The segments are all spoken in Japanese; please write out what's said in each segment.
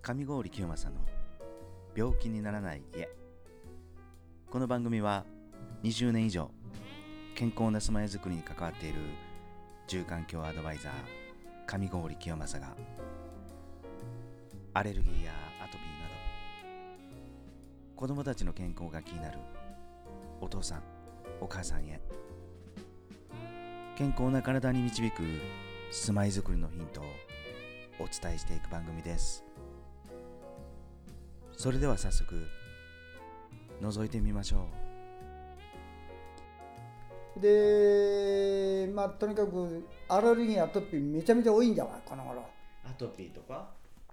上郡清正の病気にならない家。この番組は20年以上健康な住まいづくりに関わっている住環境アドバイザー上郡清正がアレルギーやアトピーなど子どもたちの健康が気になるお父さんお母さんへ健康な体に導く住まいづくりのヒントをお伝えしていく番組です。それでは早速覗いてみましょう。で、とにかくアレルギーアトピーめちゃめちゃ多いんじゃないこの頃。 アトピーとか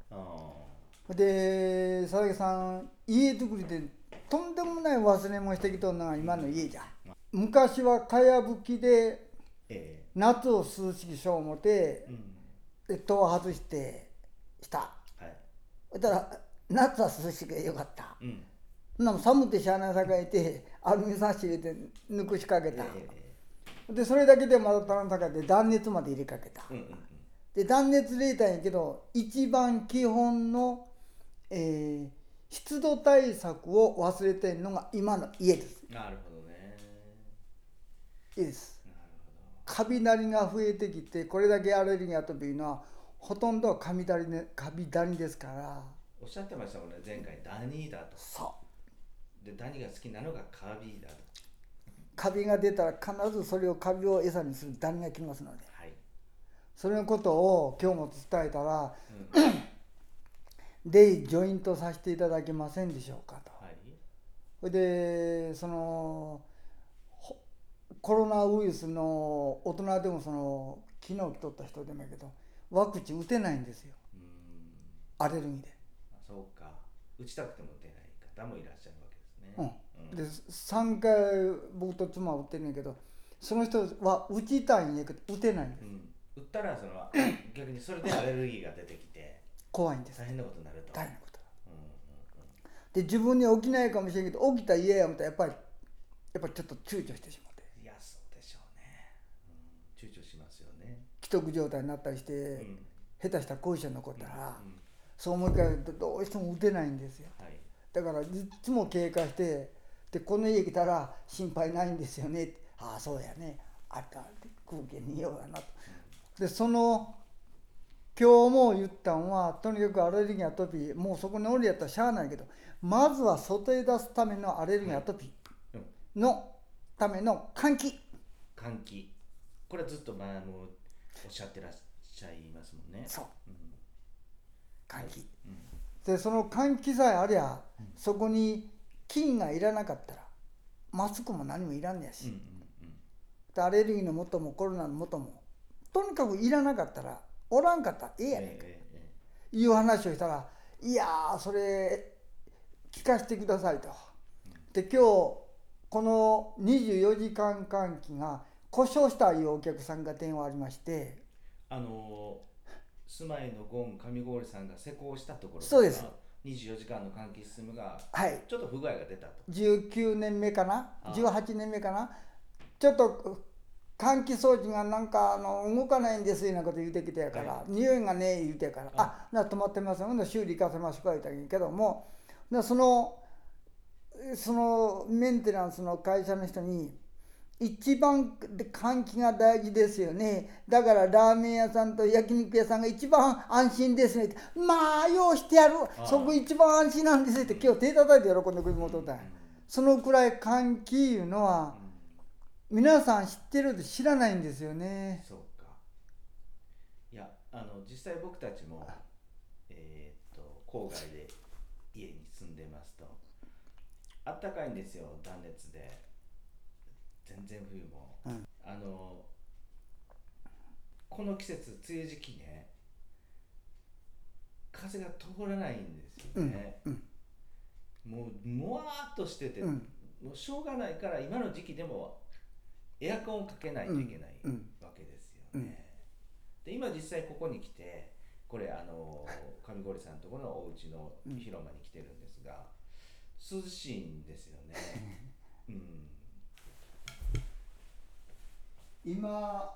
で、佐々木さん家づくりでとんでもない忘れ物してきとんのが今の家じゃ。昔はかやぶきで夏を涼しくしよう思って、戸を外してした。そしたら夏は涼しくてよかった。寒くてしゃあないさかいてアルミサッシ入れて抜くしかけた。でそれだけでまだ足らんさかいて断熱まで入れかけた。で断熱入れたんやけど一番基本の、湿度対策を忘れてんのが今の家です。 なるほどね。 いいです。カビ鳴りが増えてきてこれだけアレルギーアトピーのはほとんどはカビダニですから。 おっしゃってましたもんね、前回ダニだと。 そうでダニが好きなのがカビだと。 カビが出たら必ずそれをカビを餌にするダニが来ますので、それのことを今日も伝えたら、でジョイントさせていただけませんでしょうかと。それでそのコロナウイルスの大人でも昨日来とった人でもいいけどワクチン打てないんですよ。アレルギーで。 そうか、打ちたくても打てない方もいらっしゃるわけですね。 で3回僕と妻は打ってるんやけどその人は打ちたいんやけど打てないんです。 打ったら逆にそれでアレルギーが出てきて怖いんです。 大変なことになると。 大変なこと。で自分に起きないかもしれんけど起きたら嫌や思ったらやっぱりちょっと躊躇してしまって。 いやそうでしょうね。躊躇しますよね。 既得状態になったりして、下手したら後遺症残ったら、そう思い返るとどうしても打てないんですよ。だからいつも警戒してでこの家来たら心配ないんですよね。ああそうやね。あった空気に匂いやなと。で今日も言ったんはとにかくアレルギーアトピーもうそこにおるやったらしゃあないけどまずは外へ出すためのアレルギーアトピーのための換気。 これずっと前もおっしゃってらっしゃいますもんね。 そう、換気、でその換気さえありゃ、そこに菌がいらなかったらマスクも何もいらんねやし、アレルギーの元もコロナの元もとにかくいらなかったらおらんかったらええやねんか、いう話をしたらいやーそれ聞かせてくださいと。で今日この24時間換気が故障したいうお客さんが電話ありまして、 住まいのゴン上郡さんが施工したところそうです。 24時間の換気システムがちょっと不具合が出たと。 19年目かな18年目かなちょっと換気装置がなんか動かないんですようなこと言うてきてやから、匂いがね言うてからな止まってますよね修理行かせましょうか言ったらいいけどもそのメンテナンスの会社の人に一番換気が大事ですよね。だからラーメン屋さんと焼肉屋さんが一番安心ですねって。まあようしてやる。そこ一番安心なんですって今日手叩いて喜んでくれもとった。そのくらい換気いうのは皆さん知ってるで知らないんですよね。 そうか。いや実際僕たちも郊外で家に住んでますとあったかいんですよ断熱で。全然冬も、この季節梅雨時期ね風が通らないんですよね、もうもわーっとしてて、もうしょうがないから今の時期でもエアコンをかけないといけないわけですよね、で今実際ここに来てこれ上郡さんのところのお家の広間に来てるんですが涼しいんですよね、 今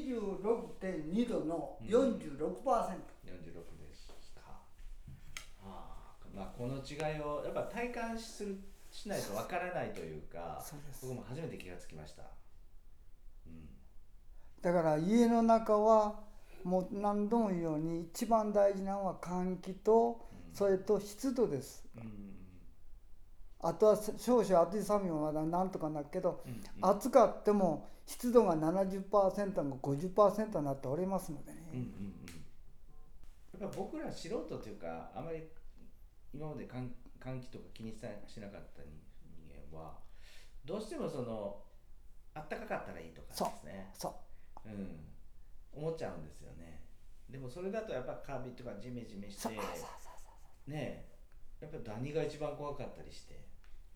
26.2 度の 46%、 46ですか。 この違いをやっぱ体感しないとわからないというか、僕も初めて気がつきました。 だから家の中はもう何度も言うように一番大事なのは換気と、それと湿度です。あとは少々暑い寒いはまだなんとかなるけど、暑かっても湿度が 70% が 50% になっておりますのでね。 やっぱ僕ら素人というか、あまり今まで換気とか気にしなかった人間はどうしてもあったかかったらいいとかですね、思っちゃうんですよね。でもそれだとやっぱカビとかジメジメしてね、やっぱダニが一番怖かったりして、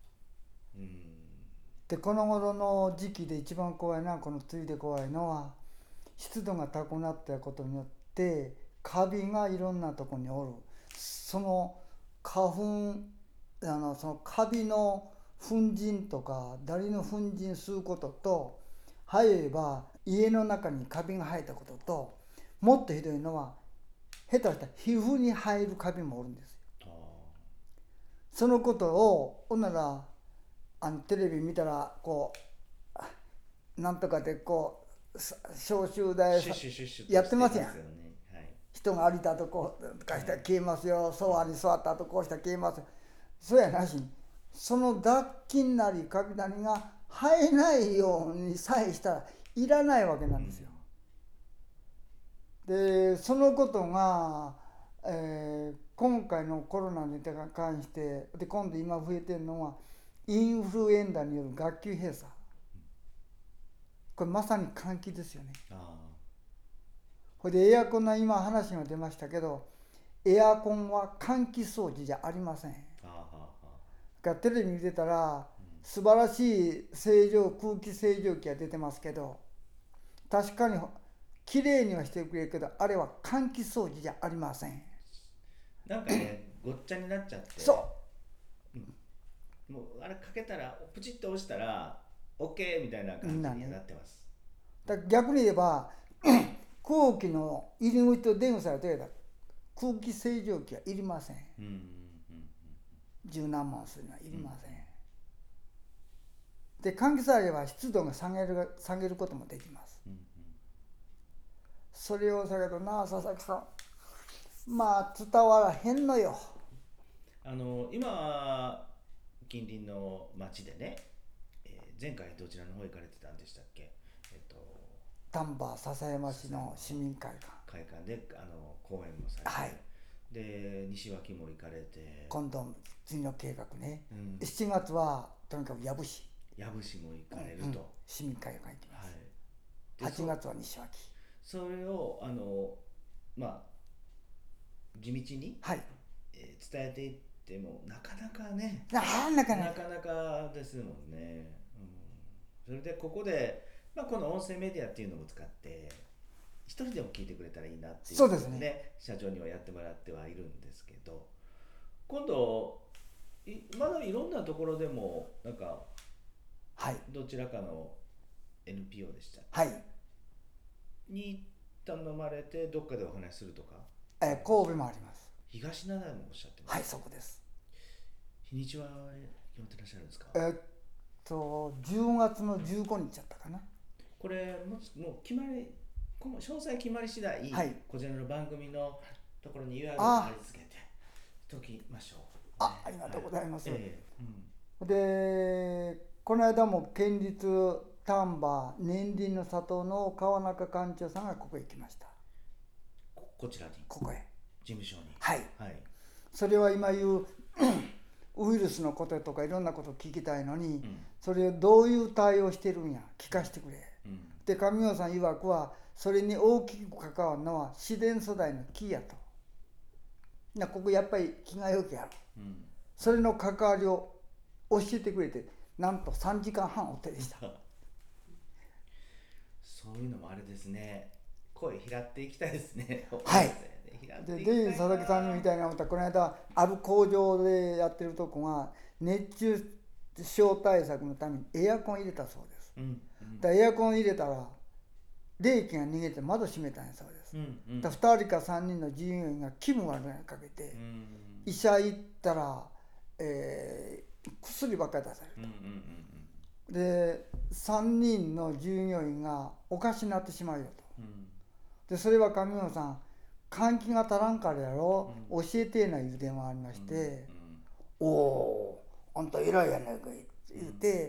でこの頃の時期で一番怖いのは、この梅雨で怖いのは湿度が高くなったことによってカビがいろんなところにおる。その花粉、そのカビの粉塵とかダニの粉塵吸うことと、早いば家の中にカビが生えたことと、もっとひどいのは下手したら皮膚に生えるカビもおるんですよ。そのことをほんならテレビ見たらこうなんとかでこう消臭剤やってますやん。人が歩いた後こうかしたら消えますよ、ソファに座った後こうしたら消えますよ。そうやなしに、その雑菌なりカビなりが生えないようにさえしたらいらないわけなんですよ。でそのことが、今回のコロナに関してで、今度今増えてるのはインフルエンザによる学級閉鎖。これまさに換気ですよね。ほいでエアコンの今話が出ましたけど、エアコンは換気装置じゃありません。だからテレビ見てたら素晴らしい空気清浄機が出てますけど、確かにきれいにはしてくれるけど、あれは換気装置じゃありません。 なんかねごっちゃになっちゃって、もうあれかけたらプチッと押したら OK みたいな感じになってます。 だから逆に言えば空気の入り口と出口さえとれたら空気清浄機はいりません。十何万するのはいりません。で換気さえあれば湿度が下げることもできます。それをさけどな、佐々木さん、伝わらへんのよ。 今近隣の町でね、前回どちらの方行かれてたんでしたっけ？ 丹波篠山市の市民会館で講演もされて、で西脇も行かれて、 今度次の計画ね、7月はとにかく藪市も行かれると、 市民会館行きます。8月は西脇。 それを地道に、伝えていってもなかなかね、なかなかですもんね。それでここで、この音声メディアっていうのを使って一人でも聞いてくれたらいいなっていうことでね、社長にはやってもらってはいるんですけど、今度まだいろんなところでもなんか、どちらかの NPO でした、に頼まれてどっかでお話しするとか、 神戸もあります。 東灘もおっしゃってます。 そこです。 日にちは決まってらっしゃるんですか ？10月の15日だったかな。 これもう決まり、詳細決まり次第、こちらの番組のところに URL を貼り付けておきましょう。 ありがとうございます。でこの間も県立丹波年輪の里の川中館長さんがここへ来ました。 こちらに、 ここへ事務所に。 それは今言うウイルスのこととかいろんなことを聞きたいのに、それをどういう対応してるんや聞かせてくれ。で上尾さん曰くはそれに大きく関わるのは自然素材の木やと。ここやっぱり木がよくある、それの関わりを教えてくれて、なんと3時間半お手でした。 そういうのもあれですね、声拾っていきたいですね。 で佐々木さんみたいなこの間ある工場でやってるとこが熱中症対策のためにエアコン入れたそうです。だからエアコン入れたら冷気が逃げて窓閉めたんやそうです。 。 うんだ2人か3人の従業員が気分悪くかけて、医者行ったら、薬ばっかり出されると、で3人の従業員がおかしになってしまうよと、でそれは上野さん換気が足らんからやろ、教えてえないう電話がありまして、おおあんた偉いやないかいって言って、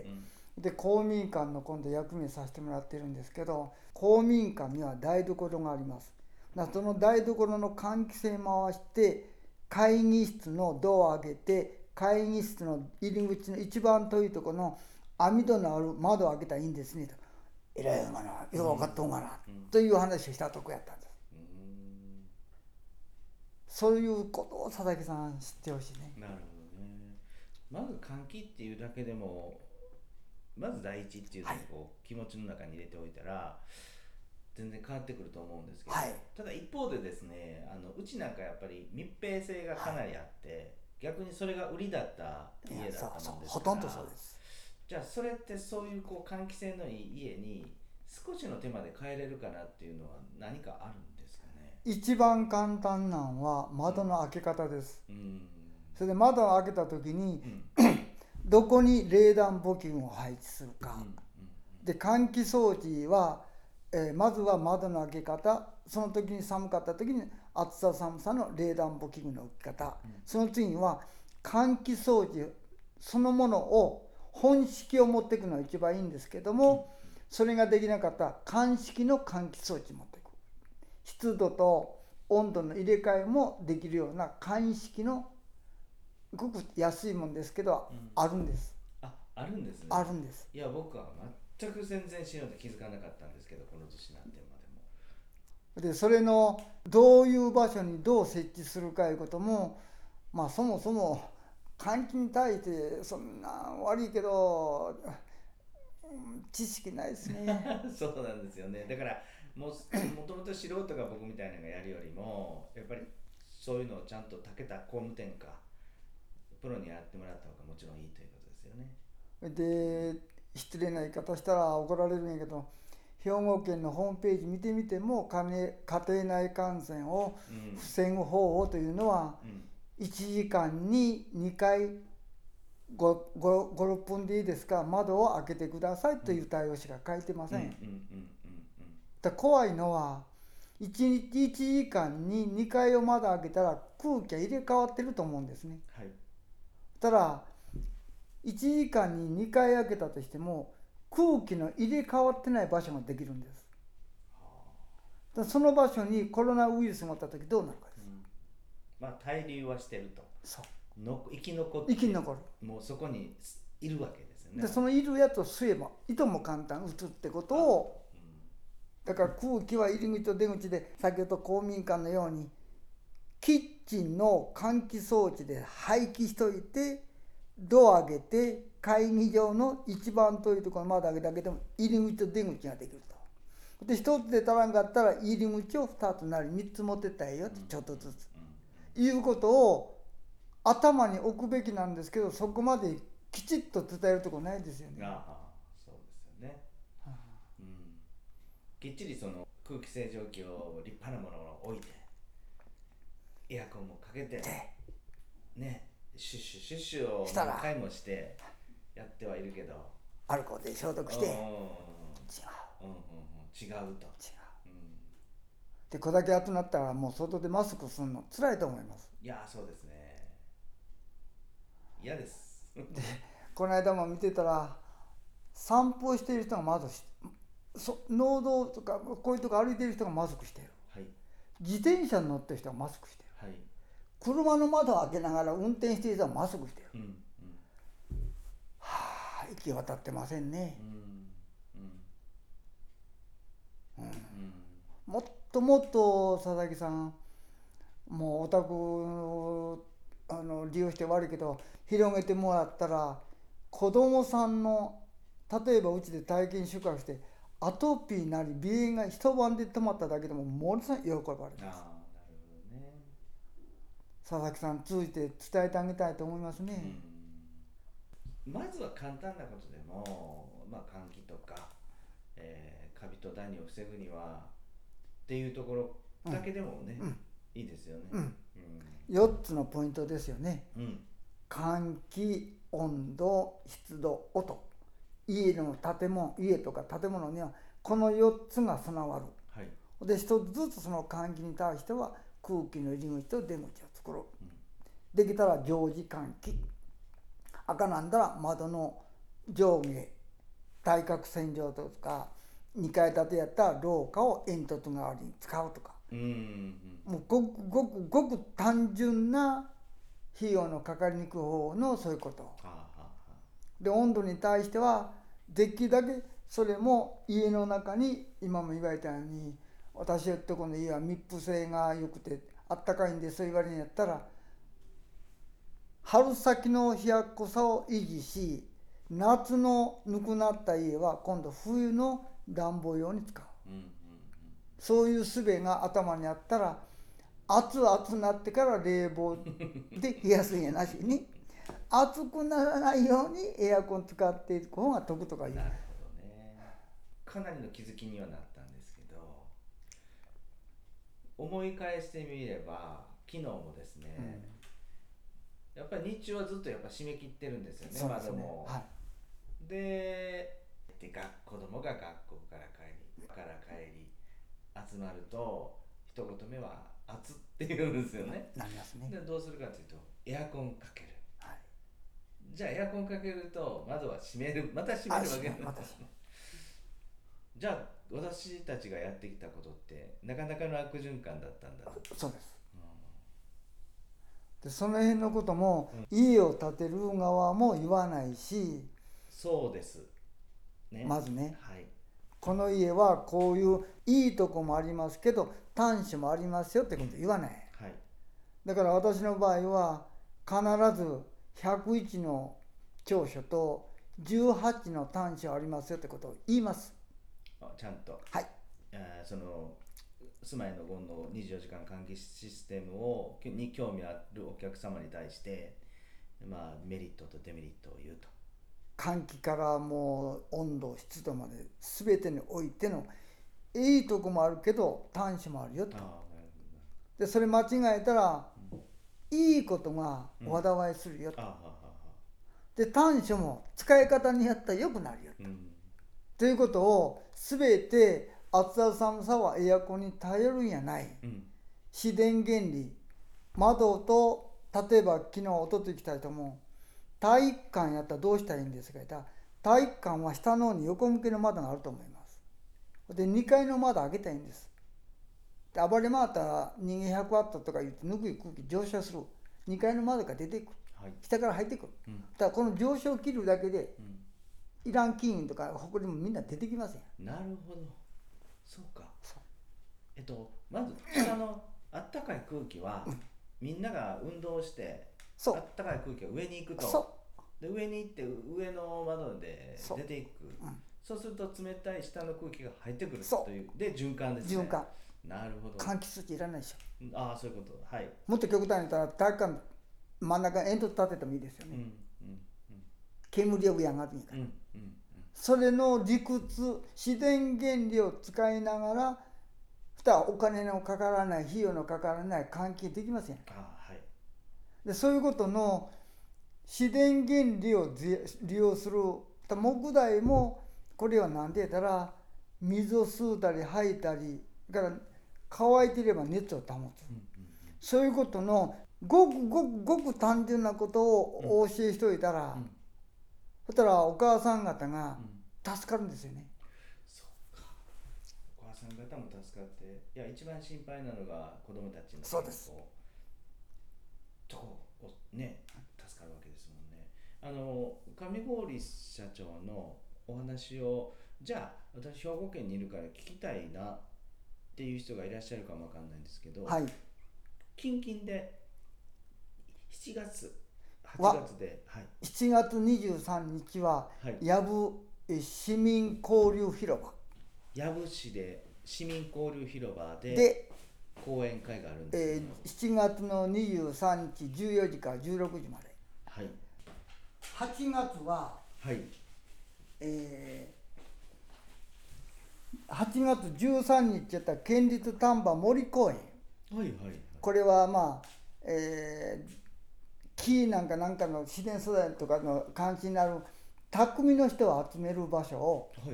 で公民館の今度役目させてもらってるんですけど、公民館には台所があります。その台所の換気扇回して会議室のドアを開けて、会議室の入り口の一番遠いところの網戸のある窓を開けたらいいんですねと。偉いがな、よく分かっとんがな、という話をしたとこやったんです。そういうことを佐々木さん知ってほしいね。 なるほどね。まず換気っていうだけでも、まず第一っていうのをこう気持ちの中に入れておいたら全然変わってくると思うんですけど、ただ一方でですね、うちなんかやっぱり密閉性がかなりあって、逆にそれが売りだった家だったもんですから、 ほとんどそうです。 じゃあそれってそういうこう換気扇のいい家に少しの手間で変えれるかなっていうのは何かあるんですかね。 一番簡単なのは窓の開け方です。それで窓を開けた時に、どこに冷暖房器具を配置するか、で換気装置は、まずは窓の開け方、その時に寒かった時に暑さ寒さの冷暖房器具の置き方、その次には換気装置そのものを本式を持っていくのが一番いいんですけども、それができなかったら乾式の換気装置を持っていく、湿度と温度の入れ替えもできるような乾式のごく安いもんですけど、あるんです。 あるんですね。 あるんです。 いや僕は全く全然知らないで気づかなかったんですけど、この年になってまでも。 でそれのどういう場所にどう設置するかいうことも、そもそも換気に対してそんな悪いけど知識ないですね。 そうなんですよね。だからもともと素人が僕みたいなのがやるよりも、やっぱりそういうのをちゃんと長けた工務店かプロにやってもらった方がもちろんいいということですよね。 で失礼な言い方したら怒られるんやけど、兵庫県のホームページ見てみても、家庭内感染を防ぐ方法というのは、1時間に2回5,6 分でいいですか、窓を開けてくださいという対応しか書いてません。だ怖いのは1日1時間に2回を窓開けたら空気が入れ替わってると思うんですね。ただ1時間に2回開けたとしても空気の入れ替わってない場所ができるんです。だその場所にコロナウイルスが持った時どうなるかです。 滞留はしてると。 そう生き残ってる。 もうそこにいるわけですよね。 でそのいるやつを吸えばいとも簡単打つってことを、だから空気は入り口と出口で、先ほど公民館のようにキッチンの換気装置で排気しといて、ドア開けて会議場の一番遠いところまで開けてあげても入り口と出口ができると。で一つで足らんかったら入り口を2つなり3つ持ってったらええよってちょっとずつ、いうことを頭に置くべきなんですけど、そこまできちっと伝えるところないですよね。 そうですよね。きっちりその空気清浄機を立派なものを置いてエアコンもかけてね、シュッシュシュッシュを何回もしてやってはいるけど、 アルコールで消毒して違うと。 でこれだけ暑くなったらもう外でマスクするの辛いと思います。 いやそうですね、嫌です。 でこの間も見てたら、散歩している人がまず農道とかこういうとこ歩いている人がマスクしている、自転車に乗ってる人がマスクしている、車の窓を開けながら運転している人はマスクしている、行き渡ってませんね。もっともっと佐々木さん、もうお宅利用して悪いけど広げてもらったら、子供さんの例えばうちで体験宿泊してアトピーなり鼻炎が一晩で止まっただけでもものすごい喜ばれます。 なるほどね。 佐々木さん通じて伝えてあげたいと思いますね。 まずは簡単なことでも、換気とか、カビとダニを防ぐにはっていうところだけでもね、いいですよね。 4つのポイントですよね。換気、温度、湿度、音。家とか建物にはこの4つが備わる。で一つずつその換気に対しては空気の入り口と出口を作る。できたら常時換気。赤なんだら窓の上下対角線上とか2階建てやったら廊下を煙突代わりに使うとか、もうごく単純な費用のかかりにくい方のそういうこと。で温度に対してはできるだけそれも家の中に今も言われたように、私のところの家は密封性が良くてあったかいんでそう言われるんやったら、春先の冷やっこさを維持し、夏のぬくなった家は今度冬の暖房用に使う。そういう術が頭にあったら、熱くなってから冷房で冷やすんやなしに、熱くならないようにエアコン使っていく方が得とか言う。 なるほどね。かなりの気づきにはなったんですけど、思い返してみれば昨日もですね、やっぱり日中はずっとやっぱ閉め切ってるんですよね、窓も。で子供が学校から帰り集まると一言目は暑って言うんですよね。 なりますね。 でどうするかというとエアコンかける。じゃあエアコンかけると窓は閉める、また閉めるわけなんです。じゃあ私たちがやってきたことってなかなかの悪循環だったんだ。 そうです。でその辺のことも、家を建てる側も言わないし。 そうです、ね、 まずね、この家はこういういいとこもありますけど短所もありますよってこと言わない、だから私の場合は必ず101の長所と18の短所ありますよってことを言います。 ちゃんと、その住まいのゴンの24時間換気システムに興味あるお客様に対して、メリットとデメリットを言うと。 換気からもう温度湿度まで全てにおいてのいいとこもあるけど短所もあるよと。でそれ間違えたら、いいことが災いするよと。で短所も使い方によっては良くなるよと。ということを全て暑さ寒さはエアコンに頼るんやない。自然原理、窓と例えば昨日おととい来たいと思う。体育館やったらどうしたらいいんですか。体育館は下の方に横向きの窓があると思います。で2階の窓開けたらいいんです。で暴れ回ったら人間100ワットとか言ってぬくい空気上昇する。2階の窓から出ていく、下から入ってくる、だからこの上昇を切るだけで、いらん菌とかほこりもみんな出てきますよ。 なるほど、そうか。まず下のあったかい空気は、みんなが運動してあったかい空気が上に行くと、で上に行って上の窓で出ていく、そうすると冷たい下の空気が入ってくるというで循環ですね。 循環。 なるほど。 換気装置いらないでしょ。 そういうこと。 もっと極端に言ったら体育館真ん中に煙突立ててもいいですよね。煙を上がるんやから、それの理屈、自然原理を使いながらお金のかからない費用のかからない換気できません。でそういうことの自然原理を利用する木材も、これは何て言ったら水を吸うたり吐いたりから乾いていれば熱を保つ、そういうことのごく単純なことをお教えしておいたら、そしたらお母さん方が助かるんですよね。 そうか、お母さん方も助かって、いや一番心配なのが子供たちのそうですね、助かるわけですもんね。上郡社長のお話を、じゃあ私兵庫県にいるから聞きたいなっていう人がいらっしゃるかもわかんないんですけど、近々で7月8月で、 7月23日は藪市民交流広場、 藪市で市民交流広場で講演会があるんです 7月の23日14時から16時まで。8月は、 8月13日やった県立丹波森公園、 はいはい、 これはまあ、木なんかの自然素材とかの関心のある匠の人を集める場所を、 はい、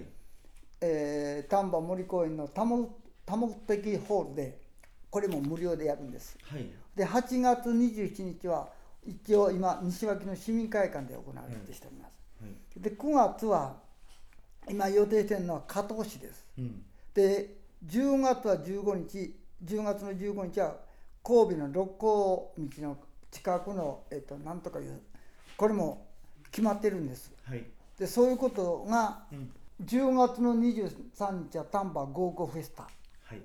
丹波森公園の多目的ホールでこれも無料でやるんです、 はい、 で8月27日は一応今西脇の市民会館で行われてしております、はいはい、で9月は今予定しているのは加東市です、うん、で10月は15日10月の15日は神戸の六甲道の近くの、なんとかいうこれも決まってるんです、はい、でそういうことが、10月の23日は丹波ゴーゴフェスタ、はい、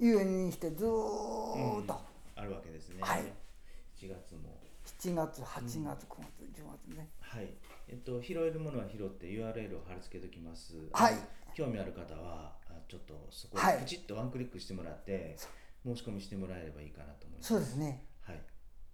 いうふうにしてずーっと、 あるわけですね、 はい、 7月も 7月、8月、9月、10月ね、 はい、拾えるものは拾って URL を貼り付けておきます、 はい、 興味ある方はちょっとそこでプチッとワンクリックしてもらって、申し込みしてもらえればいいかなと思います。 そうですね、 はい、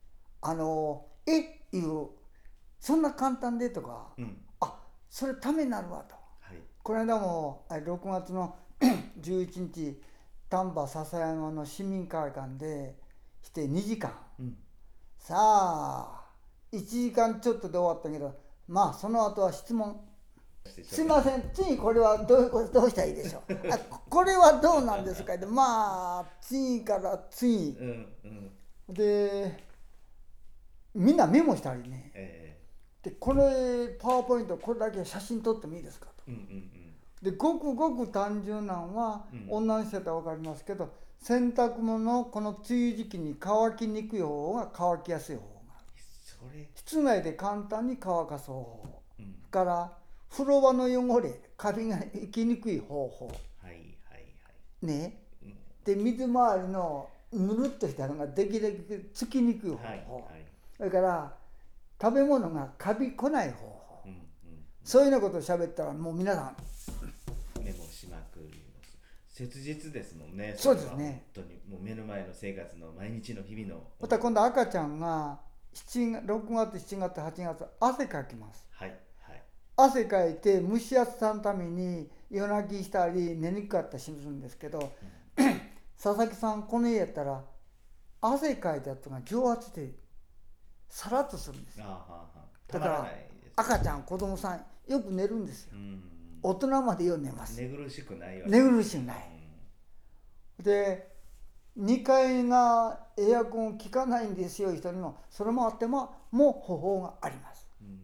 いうそんな簡単でとか、それためになるわと、はい、この間も6月の11日丹波篠山の市民会館でして2時間、さあ1時間ちょっとで終わったけど、まあその後は質問、すいません、次これはどうしたらいいでしょうこれはどうなんですか、まあ次から次、でみんなメモしたりね、でこれパワーポイントこれだけ写真撮ってもいいですかと、でごくごく単純なのは、女の人だったら分かりますけど、洗濯物のこの梅雨時期に乾きにくい方が乾きやすい方法がある、室内で簡単に乾かす方法、から風呂場の汚れカビがいきにくい方法、ね、で水回りのぬるっとしたのができるだけつきにくい方法、それから食べ物がカビ来ない方法、そういうようなことを喋ったらもう皆さんメモしまくります。切実ですもんね。 そうですね。 本当にもう目の前の生活の毎日の日々の。 また今度赤ちゃんが6月7月8月汗かきます。はいはい。汗かいて蒸し暑さのために夜泣きしたり寝にくかったりするんですけど、佐々木さんこの家やったら汗かいたやつが蒸発でさらっとするんですよ。だから赤ちゃん子供さんよく寝るんですよ。大人までよう寝ます。 寝苦しくないわけ。 寝苦しくない。で2階がエアコン効かないんですよ人にもそれもあっても方法があります。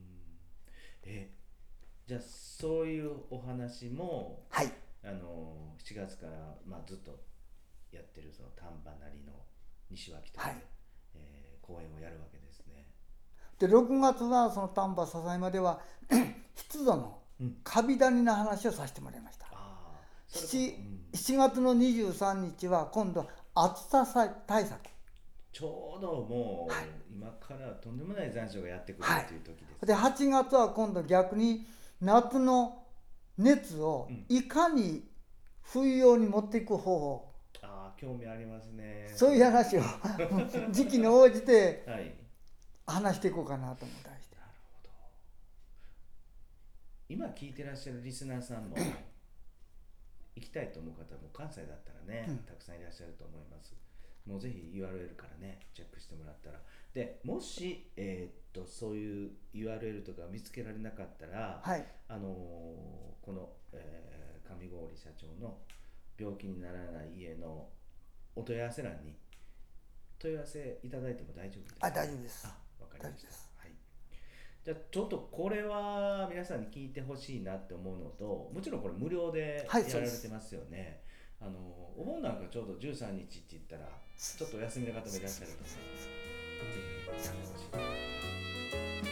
じゃあそういうお話も、 はい、 7月から、ずっとやってるその丹波なりの西脇という、公演をやるわけですね。 で6月はその丹波篠山では湿度のカビ谷の話をさせてもらいました。7月の23日は今度暑さ対策。 ちょうどもう今からとんでもない残暑がやってくるという時です、 で8月は今度逆に夏の熱をいかに冬用に持っていく方法、 興味ありますね。 そういう話を時期に応じて話していこうかなと思ったりして。 なるほど。今聞いてらっしゃるリスナーさんも行きたいと思う方も関西だったらね、たくさんいらっしゃると思います。もうぜひ URL からねチェックしてもらったら、でもし、そういう URL とか見つけられなかったら、この、上郡社長の病気にならない家のお問い合わせ欄に問い合わせいただいても大丈夫ですか？ 大丈夫です。 わかりました。はい。じゃあちょっとこれは皆さんに聞いてほしいなって思うのと、もちろんこれ無料でやられてますよね。お盆なんかちょうど13日って言ったらちょっとお休みの方もいらっしゃると思います。ぜひ参加してください。